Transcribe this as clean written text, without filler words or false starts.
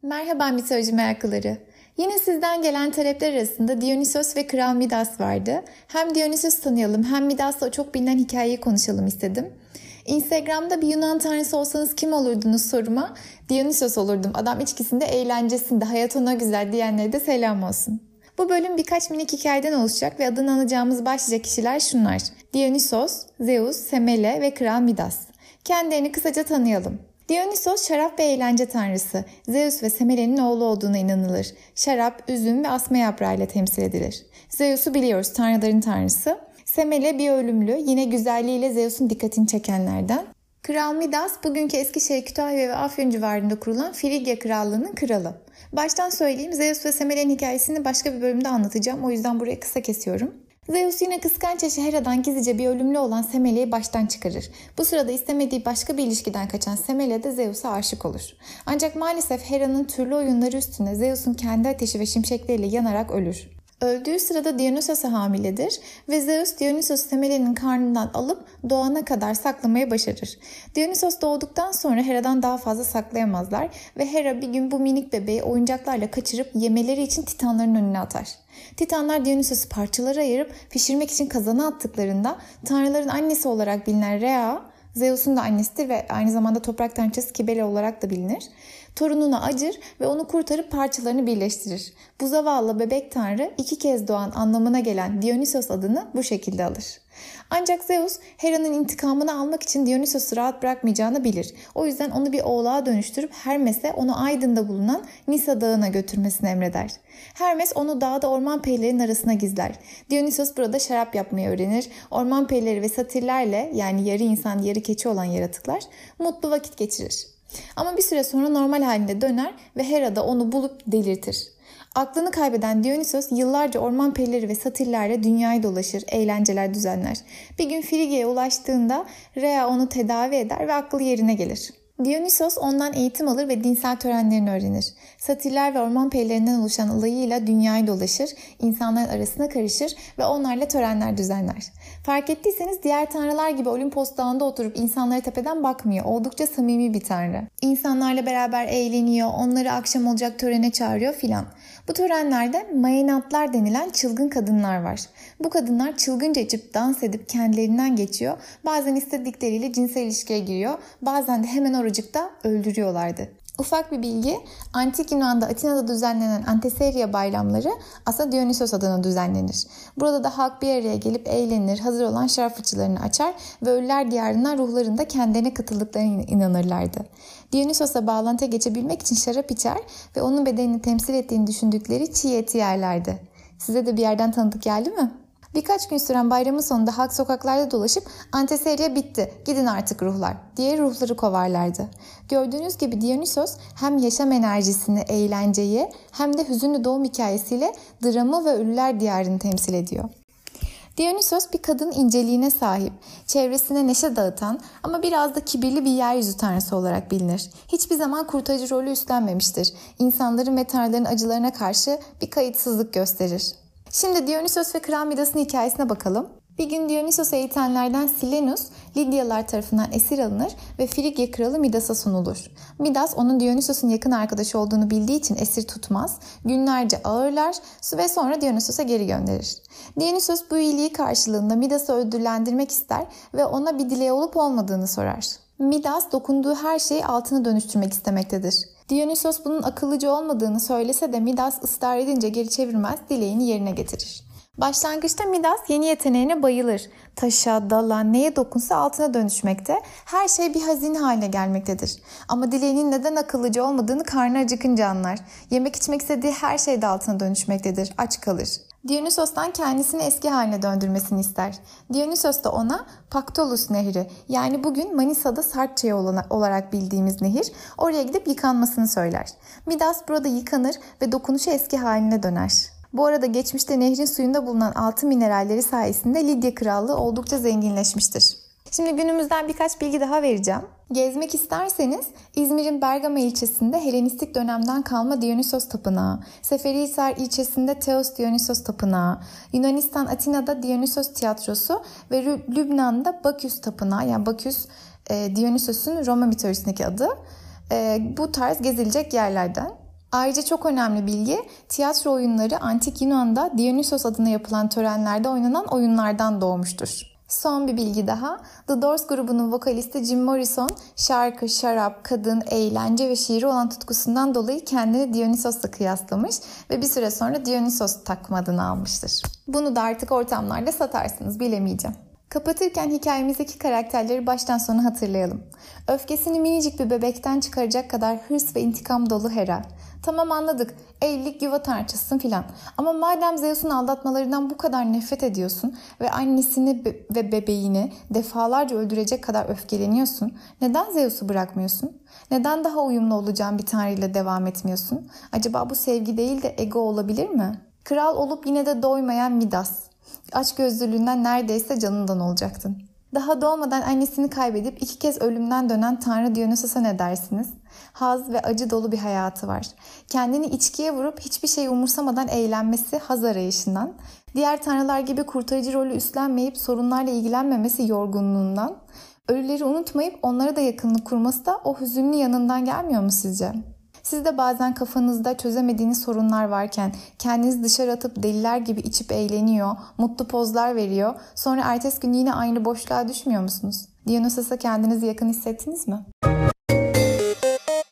Merhaba mitoloji meraklıları. Yine sizden gelen talepler arasında Dionysos ve Kral Midas vardı. Hem Dionysos tanıyalım hem Midas'la o çok bilinen hikayeyi konuşalım istedim. Instagram'da bir Yunan tanrısı olsanız kim olurdunuz soruma Dionysos olurdum. Adam içkisinde, eğlencesinde, hayat ona güzel diyenlere de selam olsun. Bu bölüm birkaç minik hikayeden oluşacak ve adını anacağımız başlıca kişiler şunlar. Dionysos, Zeus, Semele ve Kral Midas. Kendilerini kısaca tanıyalım. Dionysos şarap ve eğlence tanrısı. Zeus ve Semele'nin oğlu olduğuna inanılır. Şarap, üzüm ve asma yaprağı ile temsil edilir. Zeus'u biliyoruz, tanrıların tanrısı. Semele bir ölümlü, yine güzelliğiyle Zeus'un dikkatini çekenlerden. Kral Midas, bugünkü Eskişehir, Kütahya ve Afyon civarında kurulan Frigya Krallığı'nın kralı. Baştan söyleyeyim, Zeus ve Semele'nin hikayesini başka bir bölümde anlatacağım. O yüzden burayı kısa kesiyorum. Zeus yine kıskanç eşi Hera'dan gizlice bir ölümlü olan Semele'yi baştan çıkarır. Bu sırada istemediği başka bir ilişkiden kaçan Semele de Zeus'a aşık olur. Ancak maalesef Hera'nın türlü oyunları üstüne Zeus'un kendi ateşi ve şimşekleriyle yanarak ölür. Öldüğü sırada Dionysos'a hamiledir ve Zeus Dionysos'u Semele'nin karnından alıp doğana kadar saklamayı başarır. Dionysos doğduktan sonra Hera'dan daha fazla saklayamazlar ve Hera bir gün bu minik bebeği oyuncaklarla kaçırıp yemeleri için Titanların önüne atar. Titanlar Dionysos'u parçalara ayırıp pişirmek için kazana attıklarında tanrıların annesi olarak bilinen Rhea, Zeus'un da annesidir ve aynı zamanda toprak tanrıçası Kybele olarak da bilinir. Torununa acır ve onu kurtarıp parçalarını birleştirir. Bu zavallı bebek tanrı iki kez doğan anlamına gelen Dionysos adını bu şekilde alır. Ancak Zeus Hera'nın intikamını almak için Dionysos'u rahat bırakmayacağını bilir. O yüzden onu bir oğlağa dönüştürüp Hermes'e onu Aydın'da bulunan Nisa Dağı'na götürmesini emreder. Hermes onu dağda orman perilerinin arasına gizler. Dionysos burada şarap yapmayı öğrenir. Orman perileri ve satirlerle, yani yarı insan yarı keçi olan yaratıklar, mutlu vakit geçirir. Ama bir süre sonra normal haline döner ve Hera da onu bulup delirtir. Aklını kaybeden Dionysos yıllarca orman perileri ve satirlerle dünyayı dolaşır, eğlenceler düzenler. Bir gün Frigya'ya ulaştığında Rhea onu tedavi eder ve aklı yerine gelir. Dionysos ondan eğitim alır ve dinsel törenlerini öğrenir. Satirler ve orman perilerinden oluşan alayıyla dünyayı dolaşır, insanların arasına karışır ve onlarla törenler düzenler. Fark ettiyseniz diğer tanrılar gibi Olimpos Dağı'nda oturup insanlara tepeden bakmıyor. Oldukça samimi bir tanrı. İnsanlarla beraber eğleniyor, onları akşam olacak törene çağırıyor filan. Bu törenlerde Maenadlar denilen çılgın kadınlar var. Bu kadınlar çılgınca içip dans edip kendilerinden geçiyor. Bazen istedikleriyle cinsel ilişkiye giriyor. Bazen de hemen oracıkta öldürüyorlardı. Ufak bir bilgi, Antik Yunan'da Atina'da düzenlenen Anteseria bayramları aslında Dionysos adına düzenlenir. Burada da halk bir araya gelip eğlenir, hazır olan şarap fıçılarını açar ve ölüler diyarından ruhların da kendilerine katıldıklarına inanırlardı. Dionysos'a bağlantıya geçebilmek için şarap içer ve onun bedenini temsil ettiğini düşündükleri çiğ eti yerlerdi. Size de bir yerden tanıdık geldi mi? Birkaç gün süren bayramın sonunda halk sokaklarda dolaşıp "Anteseria bitti, gidin artık ruhlar" diye ruhları kovarlardı. Gördüğünüz gibi Dionysos hem yaşam enerjisini, eğlenceyi hem de hüzünlü doğum hikayesiyle dramı ve ölüler diyarını temsil ediyor. Dionysos bir kadın inceliğine sahip, çevresine neşe dağıtan ama biraz da kibirli bir yeryüzü tanrısı olarak bilinir. Hiçbir zaman kurtarıcı rolü üstlenmemiştir. İnsanların ve tanrıların acılarına karşı bir kayıtsızlık gösterir. Şimdi Dionysos ve Kral Midas'ın hikayesine bakalım. Bir gün Dionysos'u eğitenlerden Silenus, Lidyalılar tarafından esir alınır ve Frigya kralı Midas'a sunulur. Midas onun Dionysos'un yakın arkadaşı olduğunu bildiği için esir tutmaz, günlerce ağırlar ve sonra Dionysos'a geri gönderir. Dionysos bu iyiliği karşılığında Midas'ı ödüllendirmek ister ve ona bir dileği olup olmadığını sorar. Midas dokunduğu her şeyi altına dönüştürmek istemektedir. Dionysos bunun akıllıca olmadığını söylese de Midas ısrar edince geri çevirmez, dileğini yerine getirir. Başlangıçta Midas yeni yeteneğine bayılır. Taşa, dala, neye dokunsa altına dönüşmekte, her şey bir hazine haline gelmektedir. Ama dileğinin neden akıllıca olmadığını karnı acıkınca anlar. Yemek içmek istediği her şey de altına dönüşmektedir, aç kalır. Dionysos'tan kendisini eski haline döndürmesini ister. Dionysos da ona Pactolus Nehri, yani bugün Manisa'da Sartçay olarak bildiğimiz nehir, oraya gidip yıkanmasını söyler. Midas burada yıkanır ve dokunuşu eski haline döner. Bu arada geçmişte nehrin suyunda bulunan altın mineralleri sayesinde Lidya Krallığı oldukça zenginleşmiştir. Şimdi günümüzden birkaç bilgi daha vereceğim. Gezmek isterseniz İzmir'in Bergama ilçesinde Helenistik dönemden kalma Dionysos Tapınağı, Seferihisar ilçesinde Theos Dionysos Tapınağı, Yunanistan Atina'da Dionysos Tiyatrosu ve Lübnan'da Baküs Tapınağı, yani Baküs Dionysos'un Roma mitolojisindeki adı. Bu tarz gezilecek yerlerden. Ayrıca çok önemli bilgi, tiyatro oyunları Antik Yunan'da Dionysos adına yapılan törenlerde oynanan oyunlardan doğmuştur. Son bir bilgi daha. The Doors grubunun vokalisti Jim Morrison, şarkı, şarap, kadın, eğlence ve şiiri olan tutkusundan dolayı kendini Dionysos'la kıyaslamış ve bir süre sonra Dionysos takma adını almıştır. Bunu da artık ortamlarda satarsınız, bilemeyeceğim. Kapatırken hikayemizdeki karakterleri baştan sona hatırlayalım. Öfkesini minicik bir bebekten çıkaracak kadar hırs ve intikam dolu Hera. Tamam, anladık, evlilik yuva tartışsın filan. Ama madem Zeus'un aldatmalarından bu kadar nefret ediyorsun ve annesini ve bebeğini defalarca öldürecek kadar öfkeleniyorsun, neden Zeus'u bırakmıyorsun? Neden daha uyumlu olacağın bir tanrıyla devam etmiyorsun? Acaba bu sevgi değil de ego olabilir mi? Kral olup yine de doymayan Midas. Açgözlülüğünden neredeyse canından olacaktın. Daha doğmadan annesini kaybedip 2 kez ölümden dönen Tanrı Dionysos'a ne dersiniz? Haz ve acı dolu bir hayatı var. Kendini içkiye vurup hiçbir şey umursamadan eğlenmesi haz arayışından, diğer tanrılar gibi kurtarıcı rolü üstlenmeyip sorunlarla ilgilenmemesi yorgunluğundan, ölüleri unutmayıp onlara da yakınlık kurması da o hüzünlü yanından gelmiyor mu sizce? Siz de bazen kafanızda çözemediğiniz sorunlar varken kendinizi dışarı atıp deliler gibi içip eğleniyor, mutlu pozlar veriyor, sonra ertesi gün yine aynı boşluğa düşmüyor musunuz? Dionysos'a kendinizi yakın hissettiniz mi?